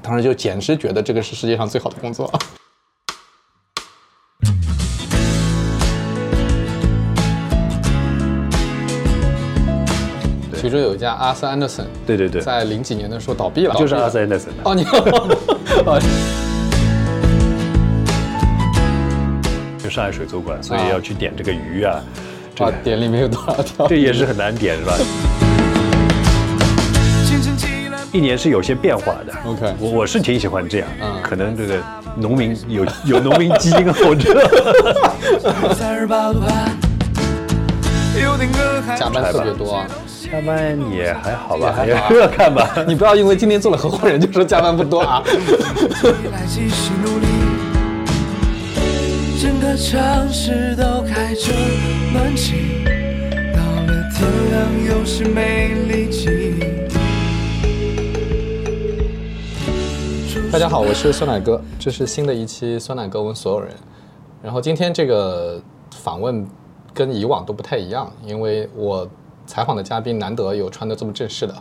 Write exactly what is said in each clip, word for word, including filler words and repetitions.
当时就简直觉得这个是世界上最好的工作。徐州有一家阿瑟安德森， 对对对， 在零几年的时候倒闭了， 就是阿瑟安德森。 哦，你就上海水族馆，所以要去点这个鱼啊。 这个、啊，点里面有多少条？ 这也是很难点，是吧？一年是有些变化的。 OK， 我我是挺喜欢这样， 嗯， 可能这个农民有有农民基因后者。 加班特别多啊。 加班也还好吧，也还要看吧。 你不要因为今天做了合伙人就说加班不多啊。整个城市都开着暖气，到了天亮又是没力气。大家好，我是酸奶哥，这是新的一期酸奶哥问所有人。然后今天这个访问跟以往都不太一样，因为我采访的嘉宾难得有穿得这么正式的。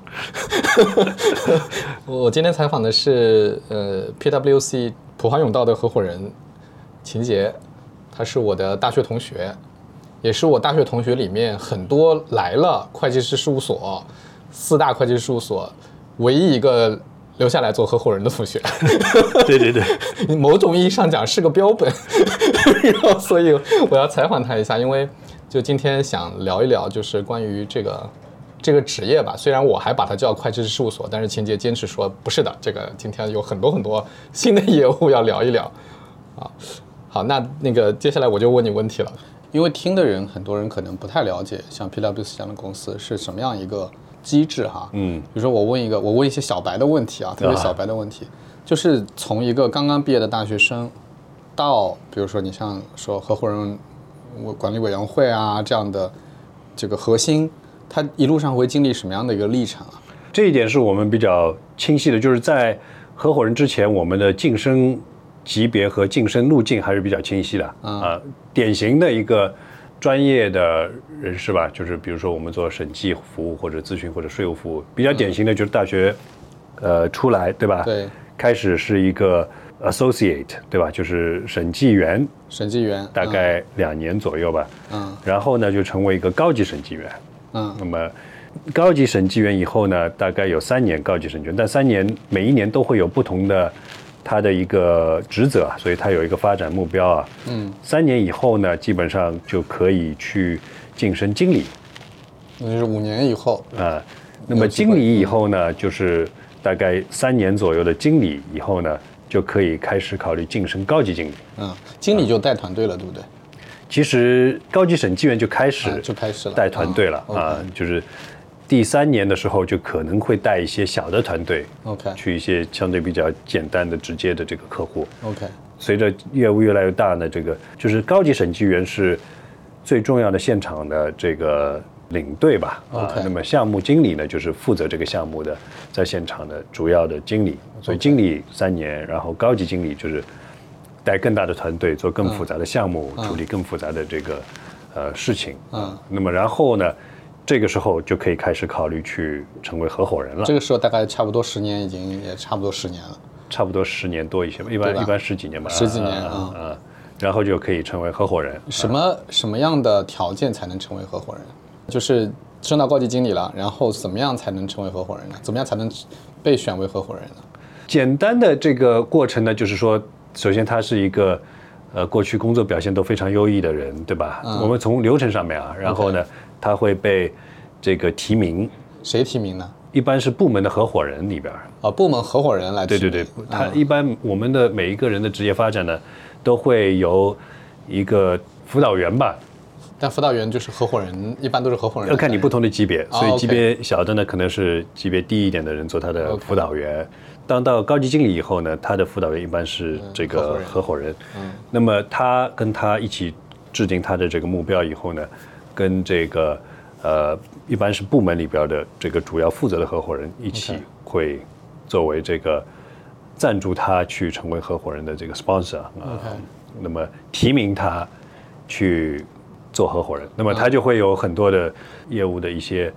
我今天采访的是呃 P W C 普华永道的合伙人秦杰，他是我的大学同学，也是我大学同学里面很多来了会计师事务所四大会计师事务所唯一一个留下来做合伙人的同学。 对对对， 某种意义上讲是个标本。然后所以我要采访他一下，因为就今天想聊一聊就是关于这个这个职业吧，虽然我还把它叫会计师事务所，但是秦杰坚持说不是的，这个今天有很多很多新的业务要聊一聊啊。好，那那个接下来我就问你问题了，因为听的人很多人可能不太了解像 P W C 这样的公司是什么样一个机制哈。嗯，比如说我问一个我问一些小白的问题啊，特别小白的问题，啊、就是从一个刚刚毕业的大学生到比如说你像说合伙人管理委员会啊这样的这个核心，他一路上会经历什么样的一个历程啊？ 这一点是我们比较清晰的，就是在合伙人之前，我们的晋升级别和晋升路径还是比较清晰的。嗯、啊，典型的一个专业的人士吧，就是比如说我们做审计服务或者咨询或者税务服务，比较典型的就是大学，嗯、呃出来对吧？ 对， 开始是一个 associate 对吧？就是审计员。 审计员大概两年左右吧，嗯，然后呢就成为一个高级审计员，嗯，那么高级审计员以后呢，大概有三年高级审计员，但三年每一年都会有不同的他的一个职责，所以他有一个发展目标啊，嗯，三年以后呢，基本上就可以去晋升经理， 那就是五年以后啊，那么经理以后呢，就是大概三年左右的经理以后呢。就可以开始考虑晋升高级经理。 嗯，经理就带团队了，对不对？ 其实高级审计员就开始、啊、 就开始了带团队了、嗯、啊， okay. 就是第三年的时候就可能会带一些小的团队 ，OK， 去一些相对比较简单的直接的这个客户 ，OK。 随着业务越来越大呢，这个就是高级审计员是最重要的现场的这个领队吧，啊， okay. 那么项目经理呢，就是负责这个项目的在现场的主要的经理，所以经理三年，然后高级经理就是带更大的团队做更复杂的项目，嗯、处理更复杂的这个呃事情，嗯，那么然后呢，这个时候就可以开始考虑去成为合伙人了。 这个时候大概差不多十年，已经也差不多十年了， 差不多十年多一些吧，一般一般十几年吧， 十几年啊， 啊、嗯嗯，然后就可以成为合伙人。 什么、嗯、什么样的条件才能成为合伙人？就是升到高级经理了，然后怎么样才能成为合伙人呢？怎么样才能被选为合伙人呢？ 简单的这个过程呢，就是说，首先他是一个，呃，过去工作表现都非常优异的人，对吧？嗯、我们从流程上面啊，然后呢， okay. 他会被这个提名。 谁提名呢？ 一般是部门的合伙人里边。 哦，部门合伙人来提名。 对对对，他一般我们的每一个人的职业发展呢，都会由一个辅导员吧。 但辅导员就是合伙人，一般都是合伙人。 要看你不同的级别，所以级别小的呢，可能是级别低一点的人做他的辅导员。Okay. 当到高级经理以后呢，他的辅导员一般是这个合伙人。嗯，那么他跟他一起制定他的这个目标以后呢，跟这个呃一般是部门里边的这个主要负责的合伙人一起会作为这个赞助他去成为合伙人的这个 sponsor 啊、呃 okay. 那么提名他去做合伙人，那么他就会有很多的业务的一些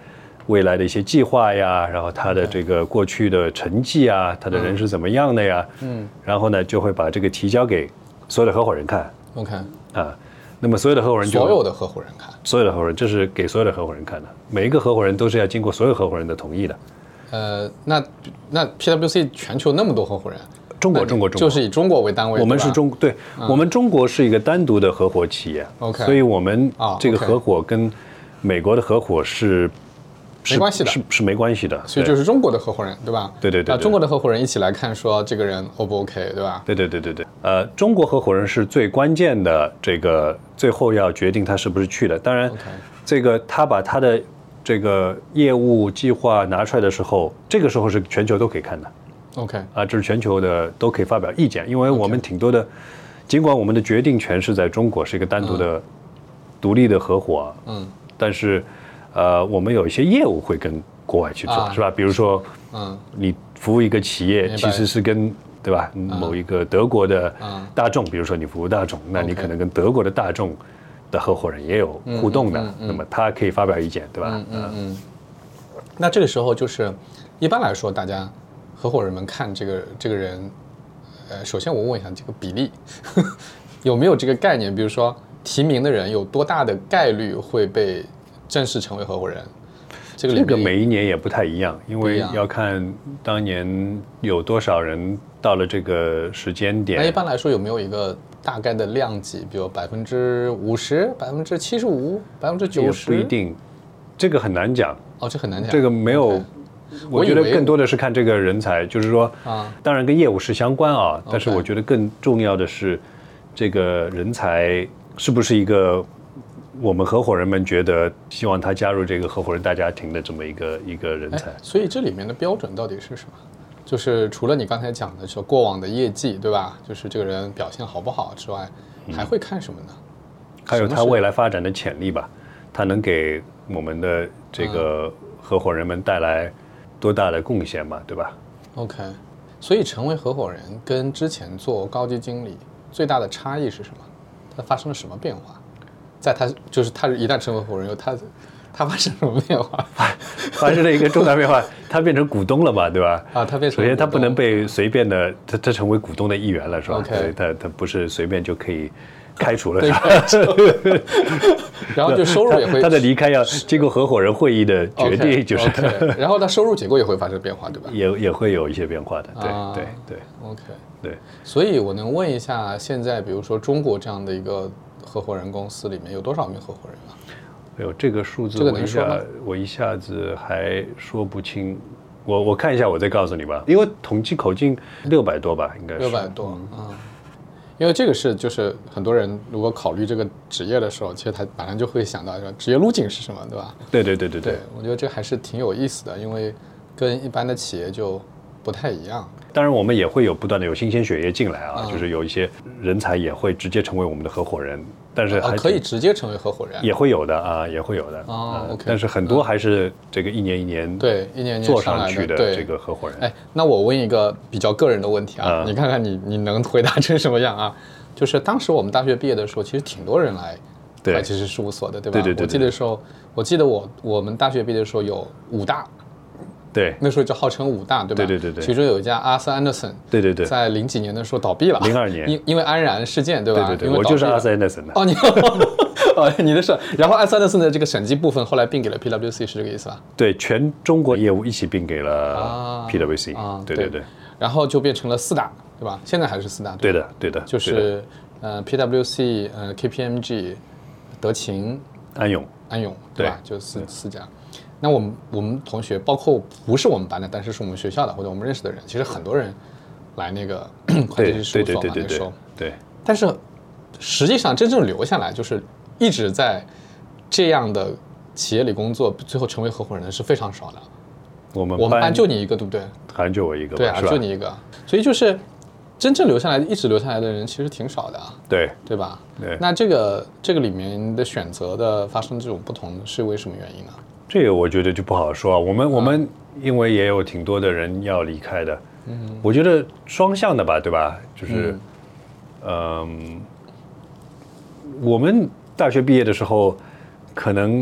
未来的一些计划呀，然后他的这个过去的成绩啊，他的人是怎么样的呀？嗯，然后呢，就会把这个提交给所有的合伙人看。 OK 啊，那么所有的合伙人就所有的合伙人看， 所有的合伙人，这是给所有的合伙人看的，每一个合伙人都是要经过所有合伙人的同意的。 呃，那那 P W C 全球那么多合伙人， 中国中国中国就是以中国为单位， 我们是中对， 嗯、 我们中国是一个单独的合伙企业 ，OK， 所以我们这个啊、 合伙跟美国的合伙是。 没关系的， 是是没关系的， 所以就是中国的合伙人，对吧？ 对对对， 中国的合伙人一起来看，说这个人 O 不 OK， 对吧？ 对对对对对，呃，中国合伙人是最关键的，这个最后要决定他是不是去的。当然， okay. 这个他把他的这个业务计划拿出来的时候，这个时候是全球都可以看的。 OK， 啊，这是全球的都可以发表意见，因为我们挺多的， okay. 尽管我们的决定权是在中国，是一个单独的、嗯、独立的合伙，嗯，但是，呃，我们有一些业务会跟国外去做、啊、是吧？比如说，嗯，你服务一个企业，其实是跟对吧、嗯、某一个德国的大众、嗯，比如说你服务大众，那你可能跟德国的大众的合伙人也有互动的，嗯嗯嗯、那么他可以发表意见，对吧？ 嗯嗯嗯。那这个时候就是，一般来说，大家合伙人们看这个这个人，呃，首先我问一下这个比例呵呵有没有这个概念？比如说提名的人有多大的概率会被正式成为合伙人？这个, 这个每一年也不太一样，因为要看当年有多少人到了这个时间点。 那一般来说有没有一个大概的量级，比如百分之五十、百分之七十五、百分之九十？ 也不一定，这个很难讲。 哦，这很难讲。 这个没有， okay. 我觉得更多的是看这个人才，就是说，啊，当然跟业务是相关啊，但是我觉得更重要的是，这个人才是不是一个。我们合伙人们觉得希望他加入这个合伙人大家庭的这么一个一个人才， 所以这里面的标准到底是什么？就是除了你刚才讲的说过往的业绩，对吧？就是这个人表现好不好之外，还会看什么呢？ 还有他未来发展的潜力吧，他能给我们的这个合伙人们带来多大的贡献嘛，对吧 ？OK， 所以成为合伙人跟之前做高级经理最大的差异是什么？它发生了什么变化？在他就是他一旦成为合伙人，他他发生什么变化？ 发生了一个重大变化，他变成股东了嘛，对吧？ 啊，他变成首先他不能被随便的，他他成为股东的一员了，是吧 ？OK， 他他不是随便就可以开除了他。 然后就收入也会， 他的离开要经过合伙人会议的决定，就是。 Okay, 然后他收入结构也会发生变化，对吧？ 也也会有一些变化的，对、啊、对对。 OK， 对。 所以我能问一下，现在比如说中国这样的一个合伙人公司里面有多少名合伙人啊？ 哎呦，这个数字我一下我一下子还说不清，我我看一下，我再告诉你吧。因为统计口径六百多吧，应该是六百多啊、嗯嗯。因为这个是就是很多人如果考虑这个职业的时候，其实他马上就会想到说职业路径是什么，对吧？ 对对对对对, 对，我觉得这还是挺有意思的，因为跟一般的企业就不太一样。 当然，我们也会有不断的有新鲜血液进来啊、嗯，就是有一些人才也会直接成为我们的合伙人，但是还、 啊、可以直接成为合伙人， 也会有的啊，也会有的啊、嗯。OK， 但是很多还是这个一年一年对一年一年做上去的这个合伙人。 哎，那我问一个比较个人的问题啊，嗯、你看看你你能回答成什么样啊？就是当时我们大学毕业的时候，其实挺多人来会计师事务所的，对吧？ 对对对对。 我记得时候，我记得我我们大学毕业的时候有五大。 对， 那时候就号称五大，对吧？ 对对对对。 其中有一家 Arthur Andersen， 对对对， 在零几年的时候倒闭了。 零二年， 因因为安然事件，对吧？ 对对对，我就是 Arthur Andersen 的。 哦，你哦，你的是。然后 Arthur Andersen 的这个审计部分后来并给了 P W C， 是这个意思吧？ 对，全中国业务一起并给了 P W C。啊，对对对。 然后就变成了四大，对吧？现在还是四大。 对的，对的。 就是呃 P W C， 呃 K P M G， 德勤、 安永、 安永，对吧？就四四家。那我们我们同学，包括不是我们班的，但是是我们学校的或者我们认识的人，其实很多人来那个会计师事务所嘛，那时候。 对。 但是实际上真正留下来，就是一直在这样的企业里工作，最后成为合伙人的是非常少的。 我们我们班就你一个，对不对？ 好像就我一个吧。 对啊，就你一个。所以就是真正留下来、一直留下来的人其实挺少的啊。 对。 对吧？ 对。 那这个这个里面的选择的发生这种不同，是为什么原因呢？ 这个我觉得就不好说啊。我们我们因为也有挺多的人要离开的，嗯，我觉得双向的吧，对吧？就是，嗯、呃，我们大学毕业的时候，可能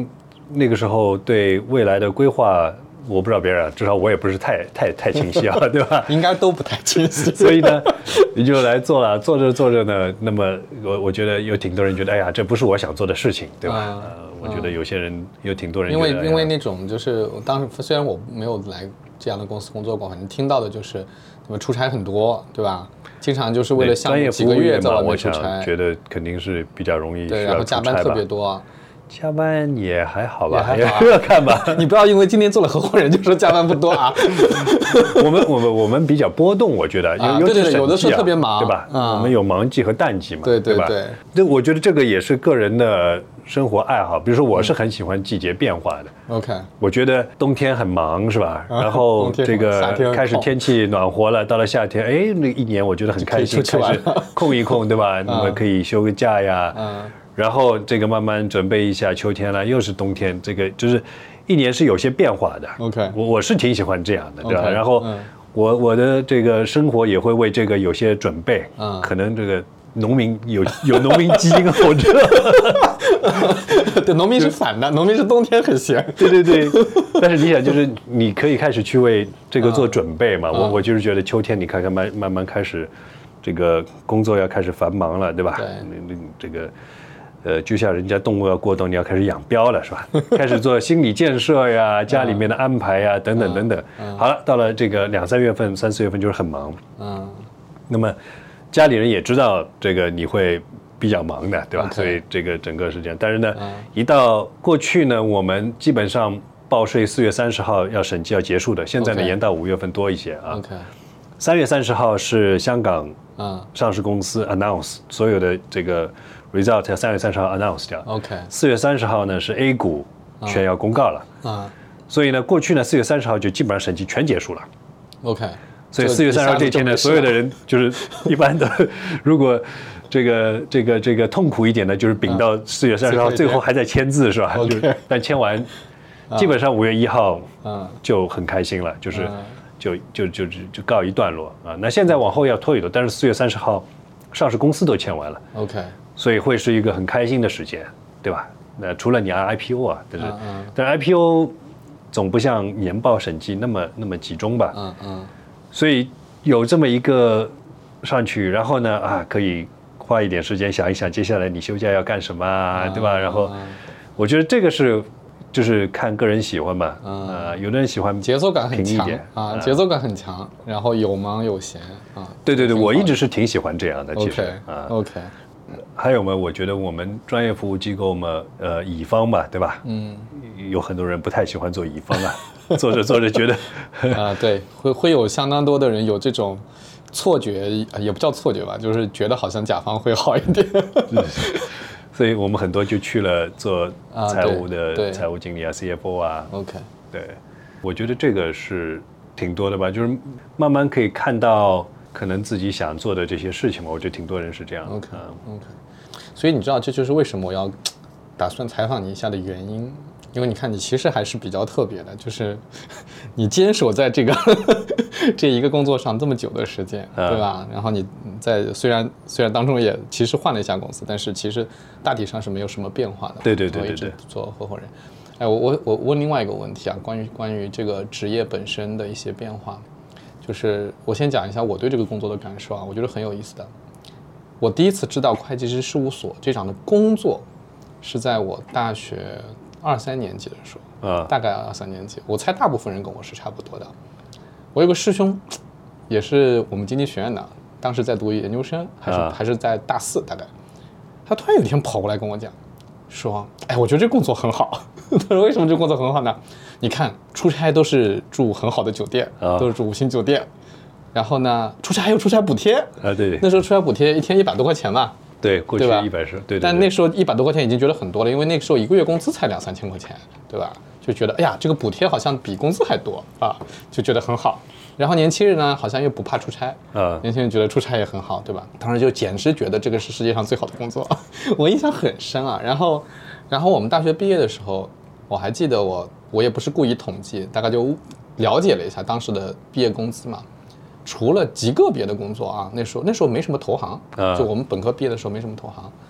那个时候对未来的规划，我不知道别人，至少我也不是太太太清晰啊，对吧？ 应该都不太清晰。 所以呢，你就来做了，做着做着呢，那么我我觉得有挺多人觉得，哎呀，这不是我想做的事情，对吧？嗯呃、我觉得有些人有挺多人因为觉得因为那种就是当时虽然我没有来这样的公司工作过，反正听到的就是你们出差很多，对吧？经常就是为了项目几个月在外面出差， 我觉得肯定是比较容易， 对，然后加班特别多。 加班也还好吧， 也还好、啊， 要看吧。 你不要因为今天做了合伙人就说加班不多啊。 我们我们我们比较波动，我觉得， 啊、对对对，有的时候特别忙， 对吧？ 嗯、 我们有忙季和淡季嘛， 对对吧？对，我觉得这个也是个人的生活爱好。比如说，我是很喜欢季节变化的。 OK，、嗯、 我觉得冬天很忙，是吧？然后这个开始天气暖和了，到了夏天，哎，那一年我觉得很开心，开始空一空，对吧？那么可以休个假呀。嗯。然后这个慢慢准备一下，秋天了，又是冬天，这个就是一年是有些变化的。 OK， 我我是挺喜欢这样的，对吧？ Okay, 然后我、嗯、我的这个生活也会为这个有些准备。 嗯， 可能这个农民有有农民基因后者。 对，农民是反的，农民是冬天很闲。 对对对，但是你想，就是你可以开始去为这个做准备嘛。嗯、我我就是觉得秋天，你看看慢慢慢开始，这个工作要开始繁忙了，对吧？ 对， 那那这个。呃，就像人家动物要过冬，你要开始养膘了，是吧？开始做心理建设呀，家里面的安排呀，等等等等。 嗯、 好了，到了这个两三月份、三四月份就是很忙。 嗯。 那么家里人也知道这个你会比较忙的，对吧？ Okay, 所以这个整个是这样。但是呢， 嗯、 一到过去呢，我们基本上报税四月三十号要审计要结束的，现在呢 okay, 延到五月份多一些啊。 OK。 三月三十号是香港嗯上市公司 announce 所有的这个。result 要三月三十号 announce 掉 ，OK。 四月三十号呢是 A 股全要公告了， 啊， 所以呢过去呢四月三十号就基本上审计全结束了 ，OK。 所以四月三十号这天呢，所有的人就是一般的，如果这个这个这个痛苦一点的，就是顶到四月三十号，最后还在签字是吧？ OK。 但签完，基本上五月一号， 嗯， 就很开心了，就是就就就就就告一段落啊。那现在往后要拖一拖，但是四月三十号，上市公司都签完了 ，OK。 所以会是一个很开心的时间，对吧？那除了你 I P O 啊，但是、 嗯嗯、 但是 I P O 总不像年报审计那么那么集中吧？ 嗯嗯。 所以有这么一个上去，然后呢啊，可以花一点时间想一想，接下来你休假要干什么啊， 嗯、 对吧？然后我觉得这个是就是看个人喜欢吧。嗯、呃，有的人喜欢节奏感很强啊， 嗯、 节奏感很强，然后有忙有闲啊。 对对对，我一直是挺喜欢这样的，其实 OK 啊 OK。 还有嘛？我觉得我们专业服务机构嘛，呃，乙方嘛，对吧？ 嗯， 有很多人不太喜欢做乙方啊，做着做着觉得啊、呃，对，会会有相当多的人有这种错觉，也不叫错觉吧，就是觉得好像甲方会好一点。 所以我们很多就去了做财务的、 啊、 财务经理啊 ，C F O 啊。 OK， 对，我觉得这个是挺多的吧，就是慢慢可以看到。可能自己想做的这些事情嘛，我觉得挺多人是这样的。 OK OK， 所以你知道这就是为什么我要打算采访你一下的原因，因为你看你其实还是比较特别的，就是你坚守在这个这一个工作上这么久的时间， 啊、 对吧？然后你在虽然虽然当中也其实换了一家公司，但是其实大体上是没有什么变化的。 对对对对对。 我一直做合伙人。哎，我我我问另外一个问题啊，关于关于这个职业本身的一些变化。就是我先讲一下我对这个工作的感受啊，我觉得很有意思的。我第一次知道会计师事务所这样的工作，是在我大学二三年级的时候， 啊， 大概二三年级。我猜大部分人跟我是差不多的。我有个师兄，也是我们经济学院的，当时在读研究生，还是、啊、还是在大四大概。他突然有一天跑过来跟我讲，说：“哎，我觉得这工作很好。”他说：“为什么这工作很好呢？你看出差都是住很好的酒店， 啊、 都是住五星酒店，然后呢，出差还有出差补贴啊，对对， 那时候出差补贴一天一百多块钱嘛， 对，过去一百是，对对。 但那时候一百多块钱已经觉得很多了，因为那个时候一个月工资才两三千块钱，对吧？就觉得哎呀，这个补贴好像比工资还多啊，就觉得很好。然后年轻人呢，好像又不怕出差啊，年轻人觉得出差也很好，对吧？当时就简直觉得这个是世界上最好的工作，我印象很深啊。然后，然后我们大学毕业的时候，我还记得我。我也不是故意统计，大概就了解了一下当时的毕业工资嘛。除了极个别的工作啊，那时候那时候没什么投行，就我们本科毕业的时候没什么投行。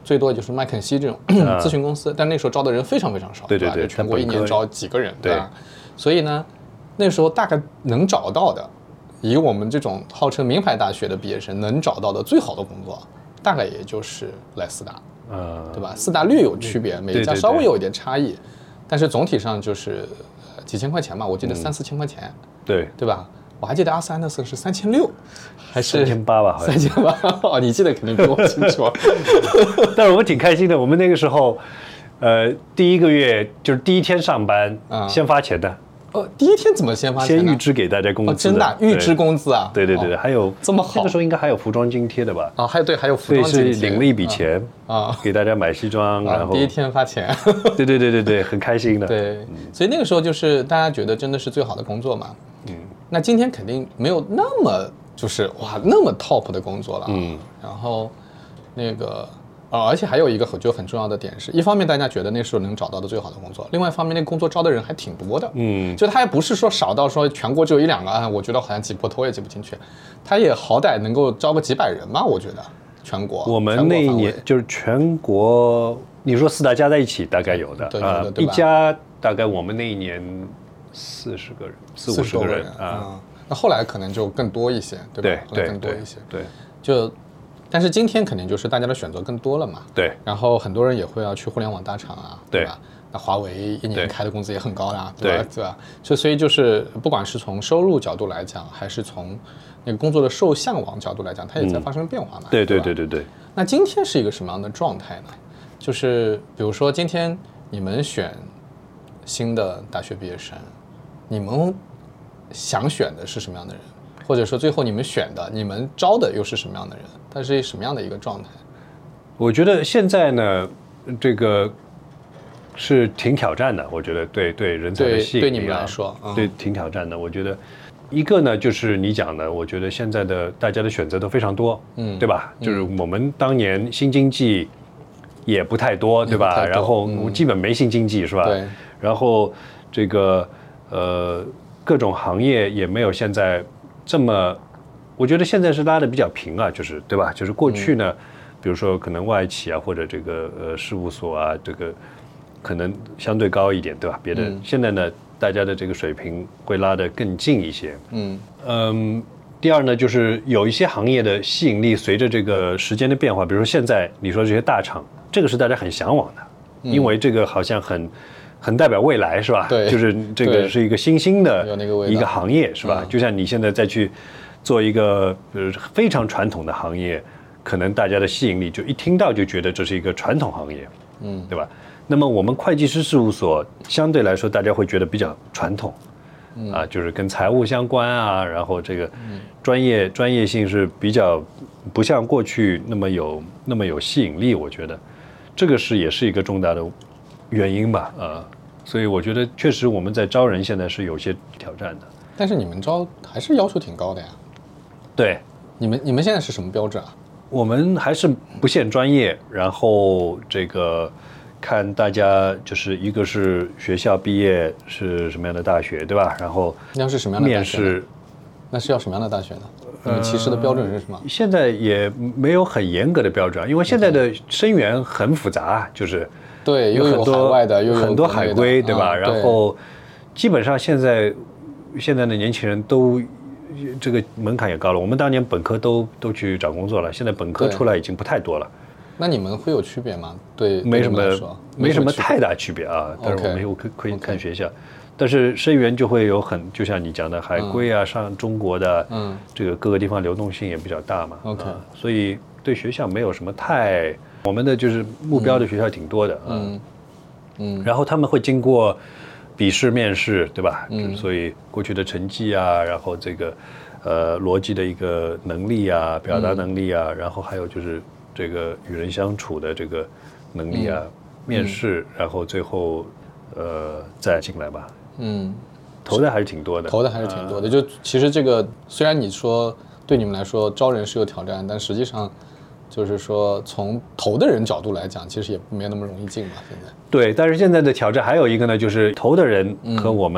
最多也就是麦肯锡这种咨询公司，但那时候招的人非常非常少， 对对对， 全国一年招几个人， 对吧？所以呢，那时候大概能找到的，以我们这种号称名牌大学的毕业生能找到的最好的工作，大概也就是来四大， 呃， 对吧？四大略有区别，每一家稍微有一点差异，但是总体上就是几千块钱吧，我记得三四千块钱， 对对吧？我还记得阿斯安德森是三千六，还是三千八吧？好像三千八哦，你记得肯定比我清楚。 但是我们挺开心的，我们那个时候，呃，第一个月就是第一天上班，嗯、先发钱的。 哦，第一天怎么先发钱？ 先预支给大家工资、哦， 真的预支工资啊？ 对对对对，哦、还有这么好， 那个时候应该还有服装津贴的吧？ 啊、哦，还有对，还有服装津贴， 所以是领了一笔钱啊， 给大家买西装， 啊、 然后第一天发钱。 对对对对对，很开心的。 对，所以那个时候就是大家觉得真的是最好的工作嘛。嗯，那今天肯定没有那么就是哇那么 top 的工作了。嗯，然后那个。呃，而且还有一个很就很重要的点是，一方面大家觉得那时候能找到的最好的工作，另外一方面那工作招的人还挺多的，嗯，就他也不是说少到说全国只有一两个，啊，我觉得好像挤破头也挤不进去，他也好歹能够招个几百人嘛，我觉得全国。 我们那一年就是全国，你说四大加在一起大概有的， 对啊、 对对， 一家大概我们那一年四十个人，四五十个人啊、 嗯，那后来可能就更多一些，对吧？ 对对， 更多一些， 对， 就。但是今天肯定就是大家的选择更多了嘛， 对。 然后很多人也会要去互联网大厂啊，对吧？那华为一年开的工资也很高啦，对吧？对吧？就所以就是不管是从收入角度来讲，还是从那个工作的受向往角度来讲，它也在发生变化嘛。 嗯、对对对对对。 那今天是一个什么样的状态呢？就是比如说今天你们选新的大学毕业生，你们想选的是什么样的人？或者说最后你们选的、你们招的又是什么样的人？它是什么样的一个状态？ 我觉得现在呢，这个是挺挑战的。我觉得对对人才的吸引力、啊、 对你们来说， 嗯、对挺挑战的。我觉得一个呢就是你讲的，我觉得现在的大家的选择都非常多，嗯，对吧？嗯、就是我们当年新经济也不太多，对吧？然后我基本没新经济，是吧？ 对。 然后这个呃各种行业也没有现在这么。我觉得现在是拉的比较平啊，就是对吧？就是过去呢，嗯、比如说可能外企啊，或者这个呃事务所啊，这个可能相对高一点，对吧？别的、嗯、现在呢，大家的这个水平会拉得更近一些。嗯嗯。第二呢，就是有一些行业的吸引力随着这个时间的变化，比如说现在你说这些大厂，这个是大家很向往的，嗯、因为这个好像很很代表未来，是吧？ 对， 就是这个是一个新兴的一个行业，是吧？ 嗯、 就像你现在再去。做一个呃非常传统的行业，可能大家的吸引力就一听到就觉得这是一个传统行业，嗯，对吧？那么我们会计师事务所相对来说大家会觉得比较传统，嗯、啊，就是跟财务相关啊，然后这个专业、嗯、专业性是比较不像过去那么有那么有吸引力，我觉得这个是也是一个重大的原因吧，啊，所以我觉得确实我们在招人现在是有些挑战的。 但是你们招还是要求挺高的呀。 对， 你们你们现在是什么标准啊？ 我们还是不限专业，然后这个看大家就是一个是学校毕业是什么样的大学，对吧？然后要是什么样的面试， 那是要什么样的大学呢？你们其实的标准是什么？ 呃、现在也没有很严格的标准，因为现在的生源很复杂，就是对， 有很多海外的，又有很多海归，对吧？ 嗯、 然后基本上现在现在的年轻人都。这个门槛也高了，我们当年本科都都去找工作了，现在本科出来已经不太多了。 那你们会有区别吗？对， 没什么， 没什么太大区别啊。但是我们有可可以看学校， okay. 但是生源就会有很，就像你讲的海归啊，嗯、上中国的，嗯，这个各个地方流动性也比较大嘛。 OK，、 啊、所以对学校没有什么太，我们的就是目标的学校挺多的， 嗯嗯，然后他们会经过。笔试、面试，对吧？嗯，所以过去的成绩啊，然后这个，呃，逻辑的一个能力啊，表达能力啊，嗯、然后还有就是这个与人相处的这个能力啊，嗯、面试，然后最后，呃，再进来吧。嗯，投的还是挺多的， 投的还是挺多的。就其实这个，虽然你说对你们来说招人是有挑战，但实际上。就是说，从投的人角度来讲，其实也没有那么容易进嘛。现在对，但是现在的挑战还有一个呢，就是投的人和我们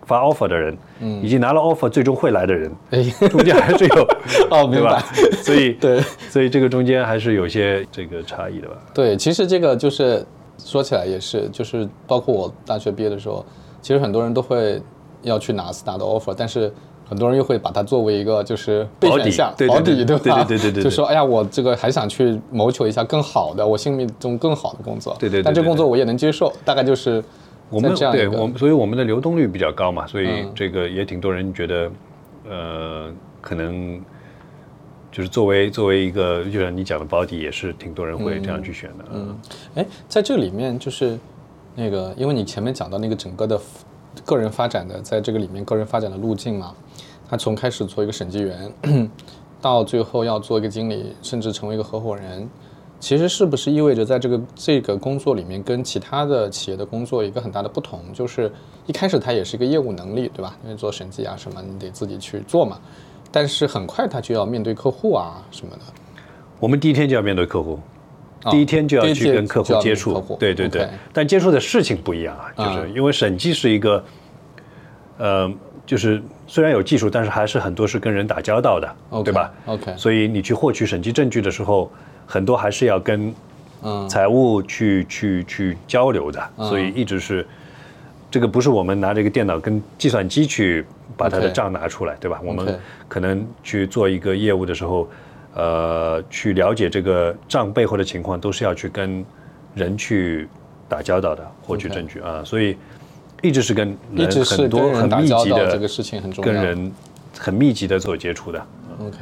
发 offer 的人，嗯，以及拿了 offer 最终会来的人， 哎， 中间还是有哦，明白。 所以对， 所以这个中间还是有些这个差异的吧。 对，其实这个就是说起来也是，就是包括我大学毕业的时候，其实很多人都会要去拿斯达的 offer， 但是很多人又会把它作为一个就是备选项，保底，对吧？ 对对对对对， 就说哎呀，我这个还想去谋求一下更好的，我心目中更好的工作， 对对， 但这工作我也能接受，大概就是我们对我们，所以我们的流动率比较高嘛，所以这个也挺多人觉得，呃，可能就是作为作为一个，就像你讲的保底，也是挺多人会这样去选的。 嗯，哎，在这里面就是那个，因为你前面讲到那个整个的个人发展的，在这个里面个人发展的路径嘛。他从开始做一个审计员，到最后要做一个经理，甚至成为一个合伙人，其实是不是意味着在这个这个工作里面跟其他的企业的工作有一个很大的不同？就是一开始他也是一个业务能力，对吧？因为做审计啊什么，你得自己去做嘛。但是很快他就要面对客户啊什么的。 我们第一天就要面对客户，哦、第一天就要去跟客户接触。对对对， okay. 但接触的事情不一样啊，就是因为审计是一个，呃。就是虽然有技术，但是还是很多是跟人打交道的， okay, 对吧 ？OK， 所以你去获取审计证据的时候，很多还是要跟财务去、嗯、去去交流的， 嗯、 所以一直是这个不是我们拿着一个电脑跟计算机去把它的账拿出来， okay, 对吧？我们可能去做一个业务的时候，呃，去了解这个账背后的情况，都是要去跟人去打交道的，获取证据啊， okay. 所以。一直是跟人很多很密集的这个事情很重要， 跟人很密集的做接触的。 OK。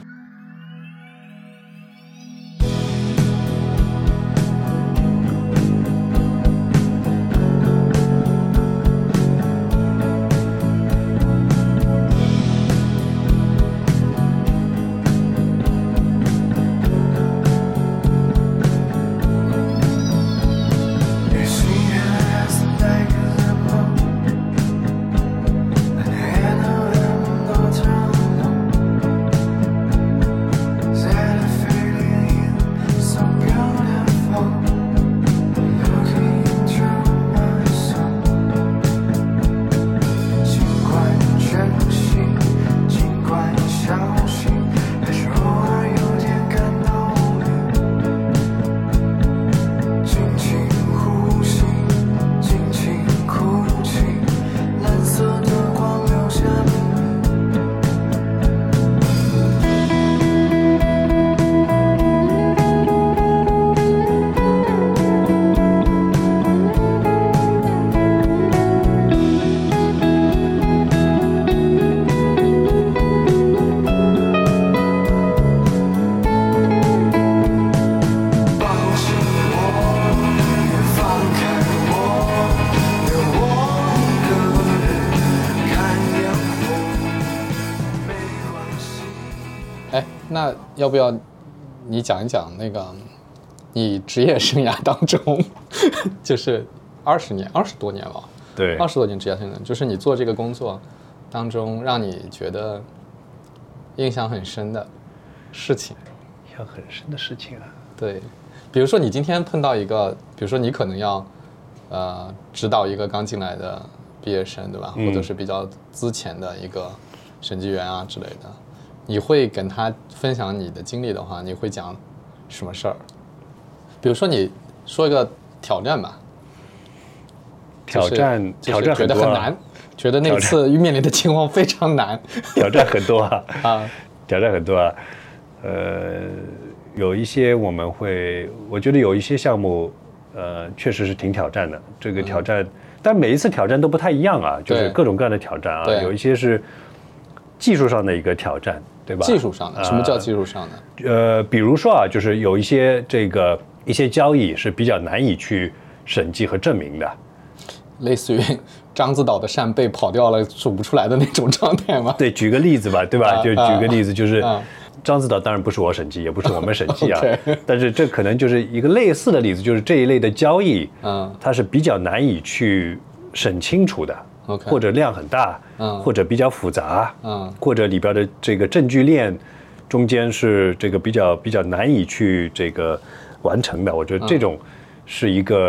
那要不要你讲一讲那个你职业生涯当中，就是二十年、二十多年了， 对， 二十多年职业生涯，就是你做这个工作当中，让你觉得印象很深的事情。 印象很深的事情啊？ 对，比如说你今天碰到一个，比如说你可能要呃指导一个刚进来的毕业生，对吧？ 嗯、 或者是比较资浅的一个审计员啊之类的。你会跟他分享你的经历的话，你会讲什么事儿？比如说你说一个挑战吧。 挑战，挑战觉得很难，觉得那次面临的情况非常难。 挑战很多啊， 啊， 挑战很多啊。呃，有一些我们会，我觉得有一些项目，呃，确实是挺挑战的。这个挑战，嗯、但每一次挑战都不太一样啊，就是各种各样的挑战啊。有一些是技术上的一个挑战。对吧？ 技术上的，什么叫技术上的？ 呃，比如说啊，就是有一些这个一些交易是比较难以去审计和证明的， 类似于獐子岛的扇贝跑掉了数不出来的那种状态吗？ 对，举个例子吧，对吧？就举个例子，就是獐子岛当然不是我审计，也不是我们审计啊，但是这可能就是一个类似的例子，就是这一类的交易，嗯，它是比较难以去审清楚的。 Okay. 或者量很大， 嗯， 或者比较复杂， 嗯， 或者里边的这个证据链中间是这个比较比较难以去这个完成的。我觉得这种是一个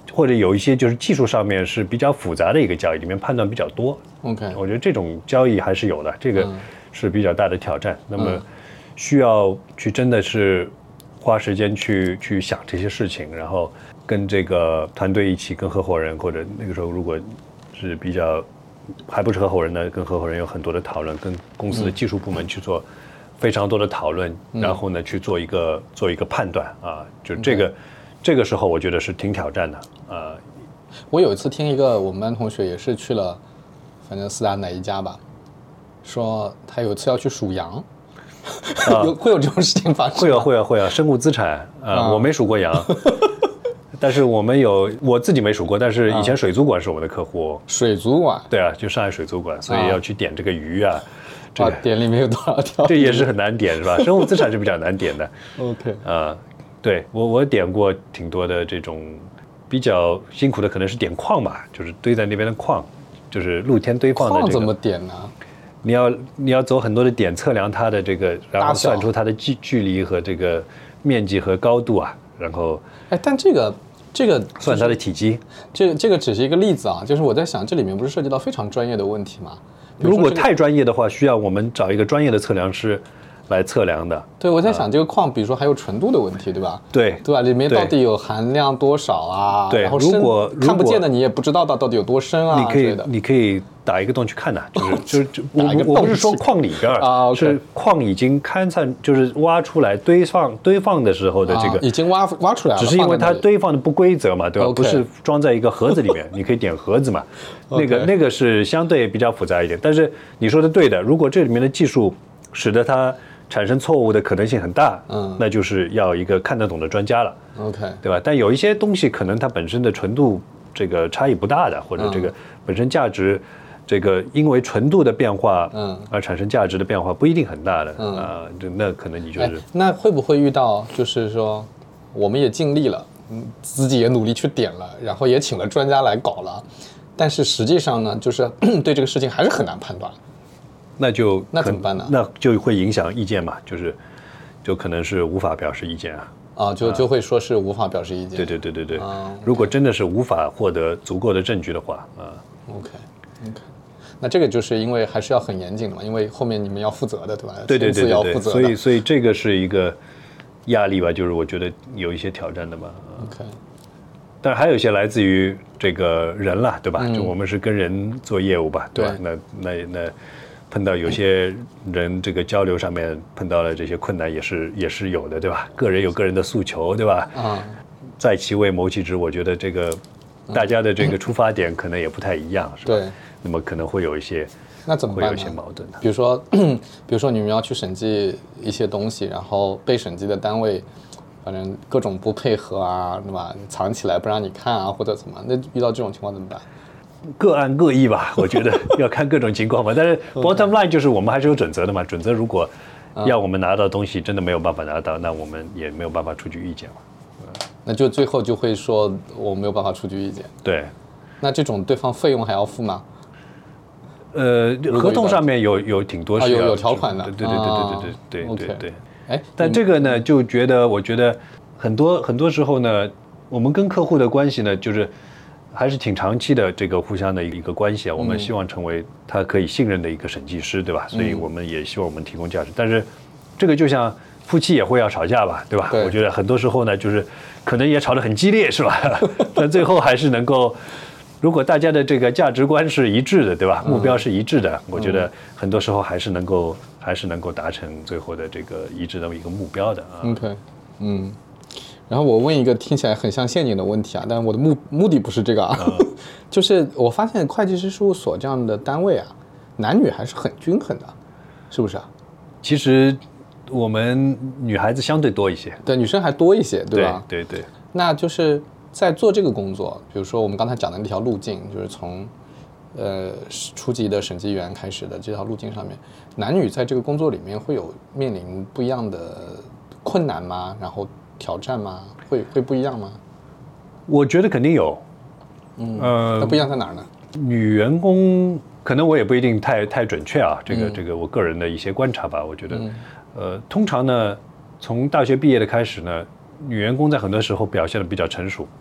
或者有一些就是技术上面是比较复杂的一个交易，里面判断比较多。 OK， 我觉得这种交易还是有的，这个是比较大的挑战。嗯、那么需要去真的是花时间去去想这些事情，然后跟这个团队一起，跟合伙人或者那个时候如果是比较还不是合伙人呢，跟合伙人有很多的讨论，跟公司的技术部门去做非常多的讨论，嗯、然后呢去做一个做一个判断啊，就这个。Okay. 这个时候我觉得是挺挑战的，呃， 我有一次听一个我们班同学也是去了，反正四大哪一家吧，说他有一次要去数羊，啊、有会有这种事情发生？ 会有会有会有，生物资产啊、呃，我没数过羊，但是我们有我自己没数过，但是以前水族馆是我们的客户， 水族馆， 对啊，就上海水族馆，所以要去点这个鱼啊。 这个、啊，点里面有多少条？ 这也是很难点是吧？生物资产是比较难点的。 OK， 啊、呃。对我，我点过挺多的这种比较辛苦的，可能是点矿吧，就是堆在那边的矿，就是露天堆放的、这个。 矿怎么点呢？ 你要你要走很多的点，测量它的这个，然后算出它的距距离和这个面积和高度啊，然后。 哎，但这个这个、就是、 算它的体积， 这个这个只是一个例子啊，就是我在想，这里面不是涉及到非常专业的问题吗？ 如果太专业的话，需要我们找一个专业的测量师。来测量的， 对，我在想这个矿，比如说还有纯度的问题，对吧？ 对， 对吧？里面到底有含量多少啊？ 对， 然后如果看不见的你也不知道到到底有多深啊。 你可以，你可以打一个洞去看的，就是就是就打一个洞， 我不是说矿里边啊， okay、是矿已经勘探，就是挖出来堆放堆放的时候的这个， 啊、已经挖挖出来了， 只是因为它堆放的不规则嘛，对吧？ Okay 不是装在一个盒子里面，你可以点盒子嘛，那个那个是相对比较复杂一点。但是你说的对的，如果这里面的技术使得它产生错误的可能性很大，嗯，那就是要一个看得懂的专家了 ，OK， 对吧？但有一些东西可能它本身的纯度这个差异不大的，或者这个本身价值，这个因为纯度的变化，嗯，而产生价值的变化不一定很大的，嗯啊，那可能你就是、哎、 那会不会遇到就是说我们也尽力了，嗯，自己也努力去点了，然后也请了专家来搞了，但是实际上呢，就是对这个事情还是很难判断。 那就那怎么办呢？ 那就会影响意见嘛，就是就可能是无法表示意见啊。 啊，就就会说是无法表示意见。 对对对对对。啊、okay ，如果真的是无法获得足够的证据的话，啊。 OK OK， 那这个就是因为还是要很严谨的嘛，因为后面你们要负责的，对吧？ 对对对对对。 所以所以这个是一个压力吧，就是我觉得有一些挑战的嘛。 OK。 但是还有一些来自于这个人了，对吧？嗯、就我们是跟人做业务吧，对吧？对那那那。碰到有些人这个交流上面碰到了这些困难也是也是有的，对吧？个人有个人的诉求，对吧？啊，在其位谋其职，我觉得这个大家的这个出发点可能也不太一样，是吧？ 对， 那么可能会有一些， 那怎么办呢？ 会有一些矛盾的。 比如说，比如说你们要去审计一些东西，然后被审计的单位，反正各种不配合啊，对吧？藏起来不让你看啊，或者怎么？那遇到这种情况怎么办？ 个案各异吧，我觉得要看各种情况吧。但是 bottom line 就是我们还是有准则的嘛。准则如果要我们拿到东西真的没有办法拿到，那我们也没有办法出具意见嘛。 那就最后就会说我没有办法出具意见。 对。 那这种对方费用还要付吗？ 呃，合同上面有有挺多是要、 啊、有有条款的。 对对对对对对对对对。 哎， 但这个呢，就觉得我觉得很多很多时候呢，我们跟客户的关系呢，就是还是挺长期的这个互相的一个关系啊。我们希望成为他可以信任的一个审计师，对吧？所以我们也希望我们提供价值。但是这个就像夫妻也会要吵架吧，对吧？ 对， 我觉得很多时候呢，就是可能也吵得很激烈，是吧？但最后还是能够。如果大家的这个价值观是一致的，对吧？目标是一致的，嗯、我觉得很多时候还是能够，还是能够达成最后的这个一致的一个目标的啊。 OK， 嗯。然后我问一个听起来很像陷阱的问题啊，但是我的目目的不是这个啊，嗯、就是我发现会计师事务所这样的单位啊，男女还是很均衡的，是不是啊？ 其实我们女孩子相对多一些， 对，女生还多一些，对吧？ 对对对。 那就是在做这个工作，比如说我们刚才讲的那条路径，就是从呃初级的审计员开始的这条路径上面，男女在这个工作里面会有面临不一样的困难吗？然后挑战吗？会会不一样吗？ 我觉得肯定有。 嗯，呃，那不一样在哪儿呢？ 女员工可能我也不一定太太准确啊，这个、嗯、这个我个人的一些观察吧，我觉得，嗯、呃，通常呢，从大学毕业的开始呢，女员工在很多时候表现得比较成熟。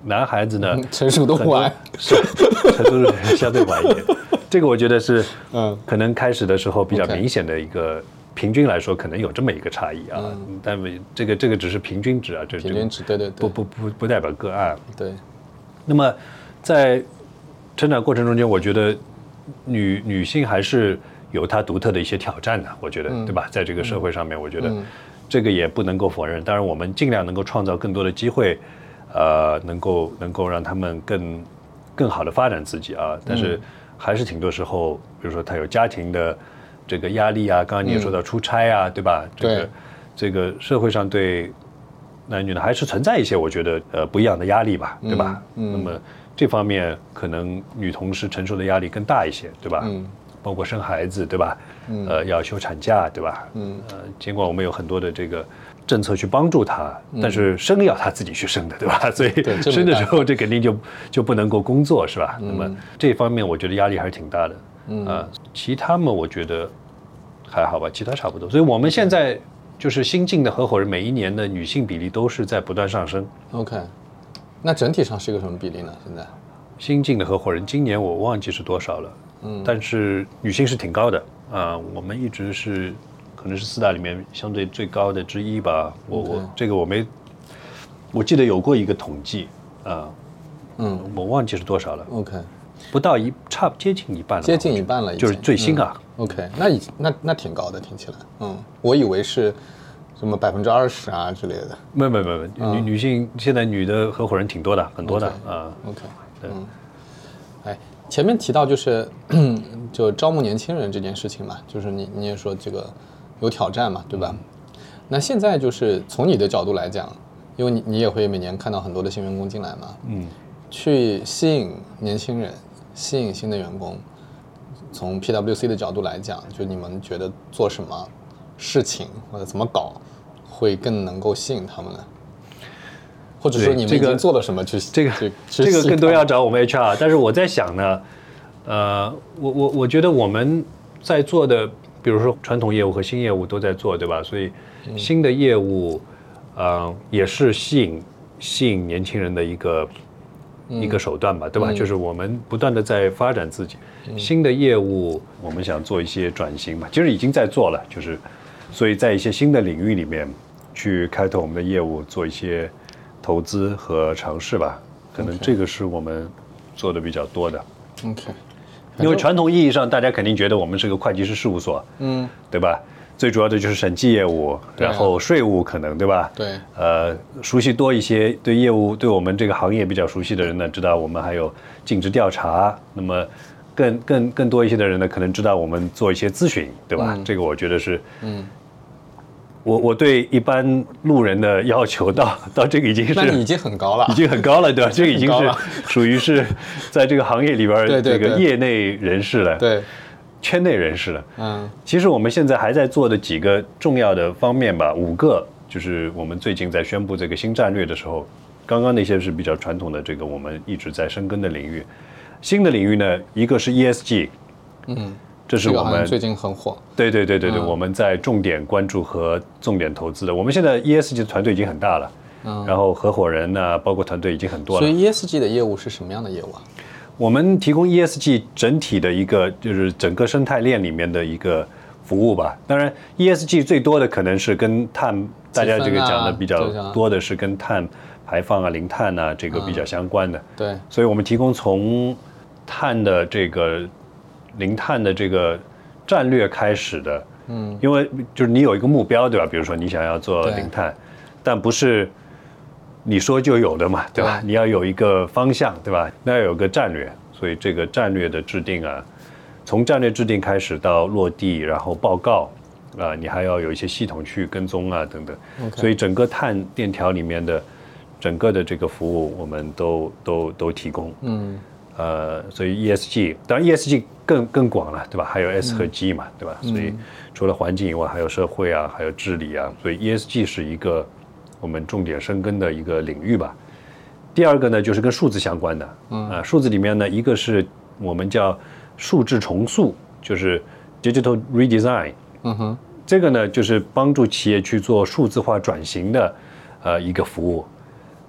男孩子呢成熟的晚， 是成熟的相对晚一点。这个我觉得是，嗯，可能开始的时候比较明显的一个，平均来说可能有这么一个差异啊。嗯、但这个这个只是平均值啊，这平均值，对对对， 不不不不代表个案。 对。 那么在成长过程中间，我觉得女女性还是有她独特的一些挑战的，我觉得，嗯、对吧？在这个社会上面，我觉得这个也不能够否认。当然，我们尽量能够创造更多的机会，呃，能够能够让他们更更好的发展自己啊。但是。嗯还是挺多时候，比如说他有家庭的这个压力啊，刚刚你也说到出差啊，嗯、对吧？这个这个社会上对男女呢还是存在一些我觉得呃不一样的压力吧，对吧？嗯，那么这方面可能女同事承受的压力更大一些，对吧？嗯，包括生孩子，对吧？嗯，呃，要休产假，对吧？嗯，呃，尽管我们有很多的这个政策去帮助她，但是生要她自己去生的，对吧？所以生的时候这肯定就就不能够工作，是吧？那么这方面我觉得压力还是挺大的。嗯啊，其他嘛我觉得还好吧，其他差不多。所以我们现在就是新进的合伙人，每一年的女性比例都是在不断上升。 OK， 那整体上是一个什么比例呢？现在新进的合伙人今年我忘记是多少了，嗯，但是女性是挺高的啊，我们一直是。可能是四大里面相对最高的之一吧，我我这个我没，我记得有过一个统计啊，嗯，我忘记是多少了。 OK， 不到一，差接近一半了， 接近一半了， 就是最新啊。 嗯、OK， 那已那那挺高的，听起来，嗯，我以为是什么百分之二十啊之类的。 没没没没，女女性现在女的合伙人挺多的，很多的啊。 OK， 对，嗯，哎，前面提到就是就招募年轻人这件事情嘛，就是你你也说这个。有挑战嘛，对吧？那现在就是从你的角度来讲，因为你你也会每年看到很多的新员工进来嘛，嗯，去吸引年轻人，吸引新的员工。从 P W C 的角度来讲，就你们觉得做什么事情或者怎么搞，会更能够吸引他们呢？或者说你们已经做了什么去这个这个更多要找我们 H R， 但是我在想呢，呃，我我我觉得我们在做的。比如说传统业务和新业务都在做，对吧？所以新的业务，呃，也是吸引吸引年轻人的一个、嗯、一个手段吧，对吧？嗯、就是我们不断的在发展自己，嗯、新的业务我们想做一些转型嘛，其实已经在做了，就是所以在一些新的领域里面去开拓我们的业务，做一些投资和尝试吧，可能这个是我们做的比较多的。 OK。 因为传统意义上，大家肯定觉得我们是个会计师事务所，嗯，对吧？最主要的就是审计业务，然后税务可能，对吧？ 对。 呃，熟悉多一些，对业务对我们这个行业比较熟悉的人呢，知道我们还有尽职调查。那么更更更多一些的人呢，可能知道我们做一些咨询，对吧？嗯、这个我觉得是，嗯。我我对一般路人的要求到到这个已经是， 那你已经很高了， 已经很高了，对吧？这个已经是属于是在这个行业里边这个业内人士了， 对， 圈内人士了。嗯，其实我们现在还在做的几个重要的方面吧，五个，就是我们最近在宣布这个新战略的时候，刚刚那些是比较传统的这个我们一直在深耕的领域，新的领域呢，一个是 E S G， 嗯。这是我们最近很火， 对对对对对，嗯、我们在重点关注和重点投资的。我们现在 E S G 的团队已经很大了，嗯，然后合伙人呢、啊，包括团队已经很多了。 所以 E S G 的业务是什么样的业务啊？ 我们提供 E S G 整体的一个，就是整个生态链里面的一个服务吧。当然 ，E S G 最多的可能是跟碳，大家这个讲的比较多的是跟碳排放啊、零碳啊这个比较相关的。 嗯、对， 所以我们提供从碳的这个。零碳的这个战略开始的，嗯，因为就是你有一个目标，对吧？比如说你想要做零碳，但不是你说就有的嘛，对吧？对，你要有一个方向，对吧？那要有个战略，所以这个战略的制定啊，从战略制定开始到落地，然后报告啊，你还要有一些系统去跟踪啊，等等。Okay. 所以整个碳链条里面的整个的这个服务，我们都都都提供，嗯。呃，所以 E S G， 当然 E S G 更更广了，对吧？还有 S 和 G 嘛，对吧？所以除了环境以外，还有社会啊，还有治理啊，所以 E S G 是一个我们重点深耕的一个领域吧。第二个呢，就是跟数字相关的，嗯啊，数字里面呢，一个是我们叫数字重塑，就是 digital redesign， 嗯哼，这个呢就是帮助企业去做数字化转型的呃一个服务。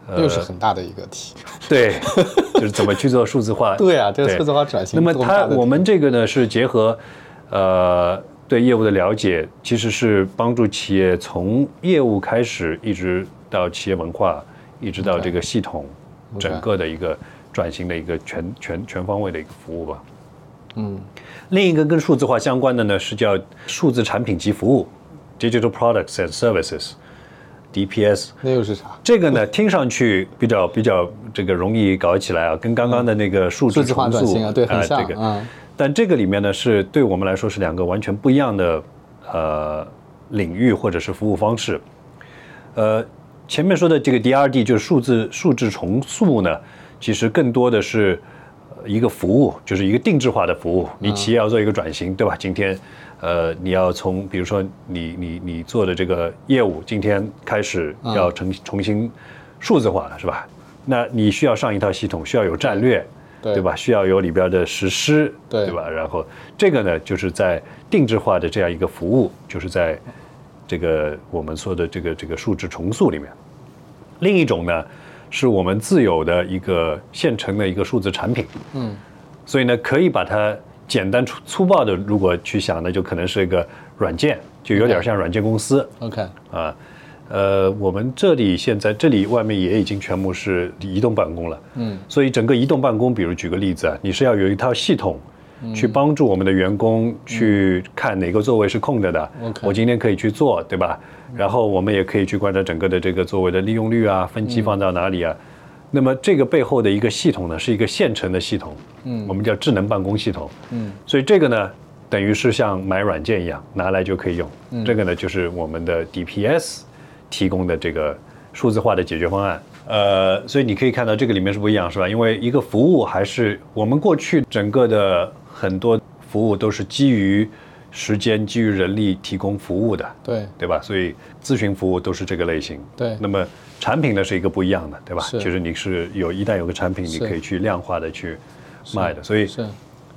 呃、又是很大的一个题。 对，就是怎么去做数字化。 对啊，这个数字化转型。 那么它我们这个呢是结合呃对业务的了解，其实是帮助企业从业务开始，一直到企业文化，一直到这个系统， okay. 整个的一个转型的一个全全全方位的一个服务吧。 嗯， 另一个跟数字化相关的呢是叫数字产品及服务 （Digital Products and Services）。D P S 那又是啥？ 这个呢，听上去比较比较这个容易搞起来啊，跟刚刚的那个数字重塑啊，对，很像。 呃、这个， 嗯， 但这个里面呢，是对我们来说是两个完全不一样的呃领域或者是服务方式。呃，前面说的这个 D R D 就是数字数字重塑呢，其实更多的是一个服务，就是一个定制化的服务。你企业要做一个转型，对吧？今天。呃，你要从比如说你你你做的这个业务，今天开始要重重新数字化了，是吧？那你需要上一套系统，需要有战略，对, 对吧？需要有里边的实施，对, 对吧？然后这个呢，就是在定制化的这样一个服务，就是在这个我们说的这个这个数字重塑里面。另一种呢，是我们自有的一个现成的一个数字产品， 嗯， 所以呢，可以把它。简单粗粗暴的，如果去想呢，就可能是一个软件，就有点像软件公司。 OK， 啊，呃，我们这里现在这里外面也已经全部是移动办公了。 嗯， 所以整个移动办公，比如举个例子啊，你是要有一套系统，去帮助我们的员工去看哪个座位是空着的。 OK， 我今天可以去做，对吧？然后我们也可以去观察整个的这个座位的利用率啊，分期放到哪里啊。嗯，那么这个背后的一个系统呢，是一个现成的系统， 嗯， 我们叫智能办公系统， 嗯， 所以这个呢，等于是像买软件一样，拿来就可以用。 嗯， 这个呢，就是我们的 D P S 提供的这个数字化的解决方案。呃，所以你可以看到这个里面是不一样，是吧？因为一个服务还是我们过去整个的很多服务都是基于时间、基于人力提供服务的， 对， 对吧？所以咨询服务都是这个类型。 对， 那么产品呢是一个不一样的，对吧？ 是， 其实你是有一旦有个产品，你可以去量化的去卖的，所以是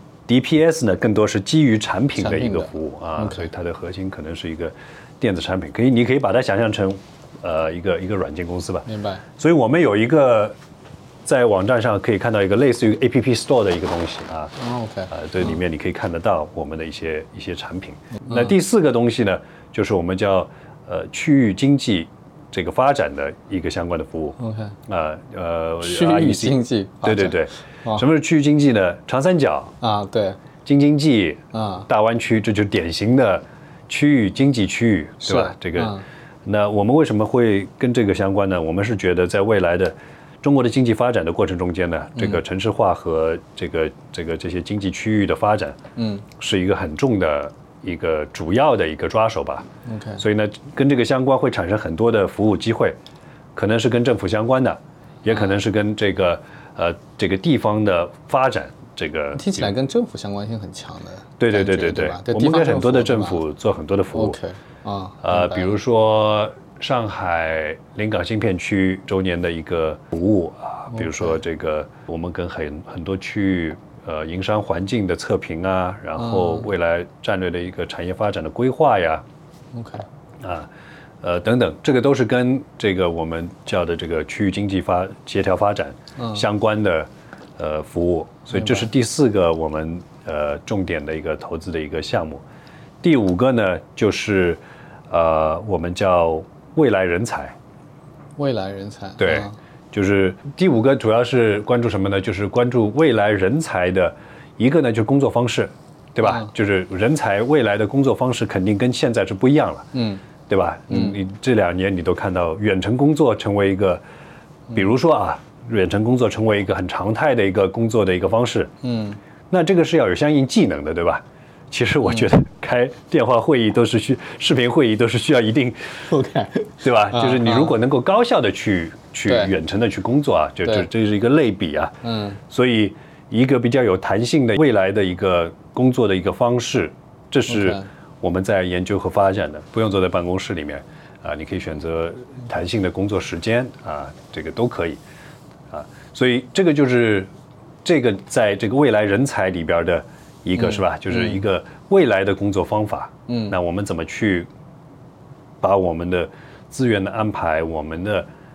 D P S 呢更多是基于产品的一个服务啊， okay. 所以它的核心可能是一个电子产品，可以你可以把它想象成呃一个一个软件公司吧。 明白。 所以我们有一个在网站上可以看到一个类似于 A P P Store 的一个东西啊， 哦 OK， 呃，这里面你可以看得到我们的一些一些产品。那第四个东西呢，就是我们叫呃区域经济这个发展的一个相关的服务。 OK， 啊呃区域经济， 对对对，什么是区域经济呢？长三角啊，对， 京津冀啊， 大湾区，这就是典型的区域经济区域，对吧？这个，那我们为什么会跟这个相关呢？我们是觉得在未来的中国的经济发展的过程中间呢，这个城市化和这个这个这些经济区域的发展， 嗯， 是一个很重的一个主要的一个抓手吧。 OK， 所以呢，跟这个相关会产生很多的服务机会，可能是跟政府相关的，也可能是跟这个呃这个地方的发展。这个听起来跟政府相关性很强的， 对对对对对，我们跟很多的政府做很多的服务。 OK， 啊， 呃，比如说上海临港新片区周年的一个服务啊，比如说这个我们跟很很多区域呃营商环境的测评啊，然后未来战略的一个产业发展的规划呀 ，OK， 啊，呃等等，这个都是跟这个我们叫的这个区域经济发协调发展相关的。呃，服务，所以这是第四个我们呃重点的一个投资的一个项目。第五个呢，就是呃我们叫未来人才。 未来人才， 对，啊、就是第五个主要是关注什么呢？就是关注未来人才的一个呢，就是工作方式，对吧？啊、就是人才未来的工作方式肯定跟现在是不一样了， 嗯， 对吧？嗯，你这两年你都看到远程工作成为一个，比如说啊。远程工作成为一个很常态的一个工作的一个方式， 嗯， 那这个是要有相应技能的，对吧？其实我觉得开电话会议都是需，视频会议都是需要一定 ，OK， 对吧？就是你如果能够高效的去去远程的去工作啊，就这这是一个类比啊， 嗯， 所以一个比较有弹性的未来的一个工作的一个方式，这是我们在研究和发展的，不用坐在办公室里面啊，你可以选择弹性的工作时间啊，这个都可以。啊，所以这个就是这个在这个未来人才里边的一个、嗯、是吧？就是一个未来的工作方法。 嗯， 那我们怎么去把我们的资源的安排、我们的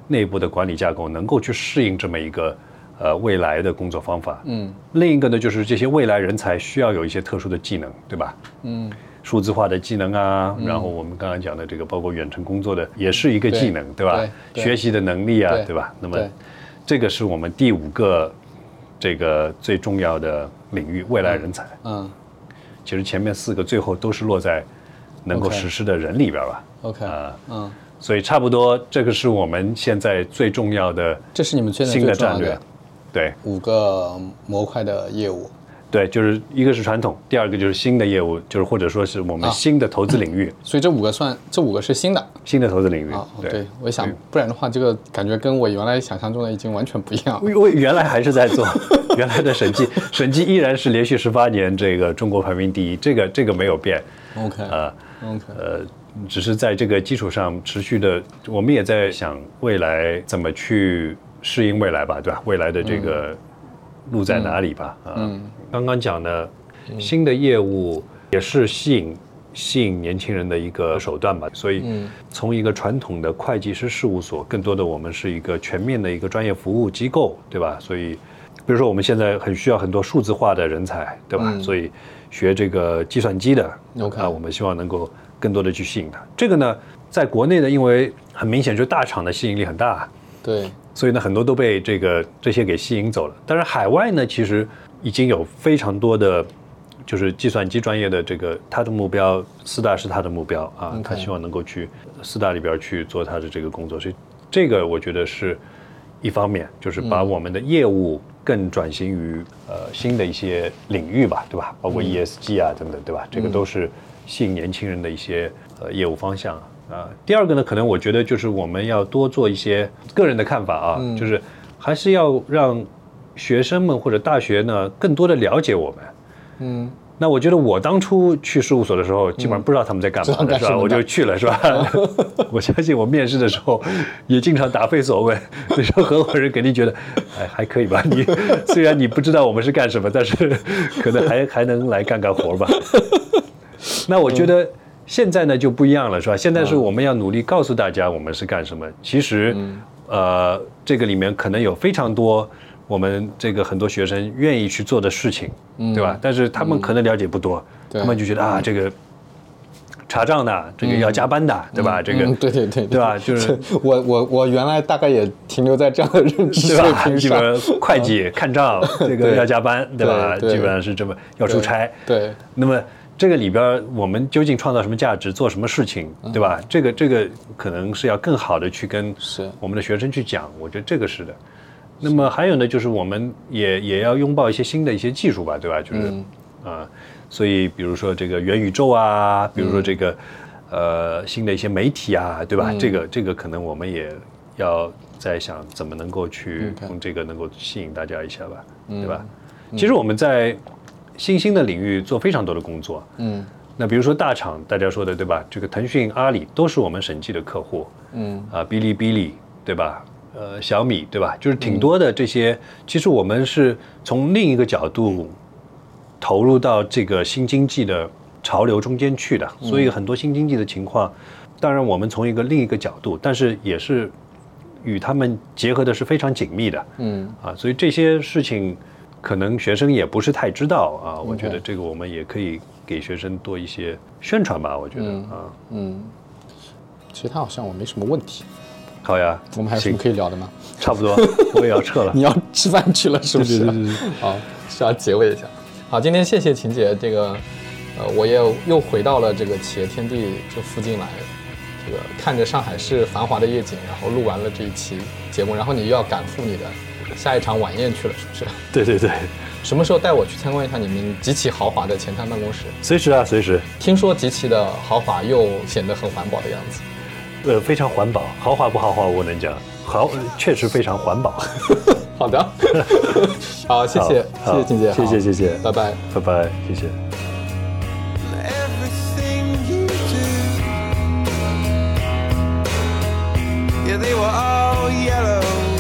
内部的管理架构能够去适应这么一个呃未来的工作方法。嗯，另一个呢，就是这些未来人才需要有一些特殊的技能，对吧？嗯，数字化的技能啊，嗯、然后我们刚刚讲的这个包括远程工作的，也是一个技能， 对, 对吧？对学习的能力啊， 对, 对吧？那么这个是我们第五个这个最重要的领域，未来人才。嗯，嗯其实前面四个最后都是落在能够实施的人里边吧。 OK， 啊、呃，嗯。 所以差不多，这个是我们现在最重要的， 这是你们现在新的战略，对， 五个模块的业务， 对，就是一个是传统，第二个就是新的业务，就是或者说是我们新的投资领域。啊、 所以这五个算，这五个是新的， 新的投资领域。 啊，对，对我想，不然的话，这个感觉跟我原来想象中的已经完全不一样了。 我原来还是在做原来的审计，审计依然是连续十八年这个中国排名第一，这个这个没有变。 OK， 啊 ，OK， 呃。只是在这个基础上持续的，我们也在想未来怎么去适应未来吧，对吧？未来的这个路在哪里吧？嗯、啊，嗯、刚刚讲的新的业务也是吸引吸引年轻人的一个手段吧。所以从一个传统的会计师事务所，更多的我们是一个全面的一个专业服务机构，对吧？所以比如说我们现在很需要很多数字化的人才，对吧？嗯、所以学这个计算机的 ，OK， 啊，我们希望能够更多的去吸引它。这个呢，在国内呢，因为很明显就是大厂的吸引力很大， 对， 所以呢很多都被这个这些给吸引走了。但是海外呢，其实已经有非常多的，就是计算机专业的这个他的目标，四大是他的目标啊， Okay. 他希望能够去四大里边去做他的这个工作，所以这个我觉得是一方面，就是把我们的业务更转型于呃新的一些领域吧，对吧？包括 E S G 啊等等，对吧？这个都是吸引年轻人的一些呃业务方向啊。第二个呢，可能我觉得就是我们要多做一些个人的看法啊，嗯、就是还是要让学生们或者大学呢更多的了解我们。嗯，那我觉得我当初去事务所的时候，基本上不知道他们在干嘛的，嗯、是吧？我就去了，是吧？我相信我面试的时候也经常答非所问。那时候合伙人肯定觉得，哎，还可以吧？你虽然你不知道我们是干什么，但是可能还还能来干干活吧。那我觉得现在呢就不一样了，是吧？现在是我们要努力告诉大家我们是干什么。其实，嗯、呃，这个里面可能有非常多我们这个很多学生愿意去做的事情，嗯、对吧？但是他们可能了解不多，嗯、他们就觉得啊，这个查账的，这个要加班的，嗯、对吧？ 嗯、 这个、 嗯、对对对， 对吧？就是我我我原来大概也停留在这样的认知水平上， 基本上会计看账，这个要加班，对吧？基本上是这么要出差， 对。 那么这个里边我们究竟创造什么价值，做什么事情，对吧？这个这个可能是要更好的去跟我们的学生去讲，我觉得这个是的。那么还有呢，就是我们也也要拥抱一些新的一些技术吧，对吧？就是啊、嗯呃，所以比如说这个元宇宙啊，比如说这个、嗯、呃新的一些媒体啊，对吧？嗯、这个这个可能我们也要在想怎么能够去用这个能够吸引大家一下吧，嗯、对吧？嗯、其实我们在新兴的领域做非常多的工作，嗯，那比如说大厂，大家说的对吧？这个腾讯、阿里都是我们审计的客户，嗯，啊，哔哩哔哩对吧？呃，小米对吧？就是挺多的这些，嗯、其实我们是从另一个角度投入到这个新经济的潮流中间去的，嗯、所以很多新经济的情况，当然我们从一个另一个角度，但是也是与他们结合的是非常紧密的，嗯，啊，所以这些事情可能学生也不是太知道啊，我觉得这个我们也可以给学生多一些宣传吧，我觉得、嗯、啊， 嗯，其他好像我没什么问题。 好呀， 我们还有什么可以聊的吗？ 差不多，我也要撤了。 你要吃饭去了是不是？ 对对对对。 好，是要结尾一下。好，今天谢谢秦姐，这个，呃，我也又回到了这个企业天地这附近来，这个看着上海市繁华的夜景，然后录完了这一期节目，然后你又要赶赴你的下一场晚宴去了，是不是？ 对对对。 什么时候带我去参观一下你们极其豪华的前台办公室？ 随时啊，随时。 听说极其的豪华又显得很环保的样子。 呃，非常环保，豪华不豪华我能讲，豪确实非常环保。 好的，好，谢谢，谢谢金姐， 谢谢谢谢， 拜拜， 拜拜，谢谢。Yeah, they were all yellow.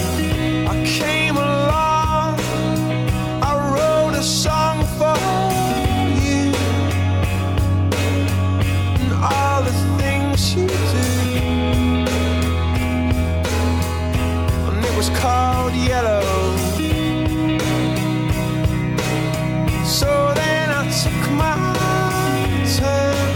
I came along, I wrote a song for you, and all the things you do. was called yellow. So then I took my turn.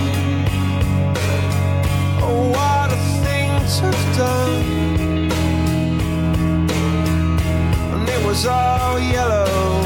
Oh, what a thing to have done. And it was all yellow.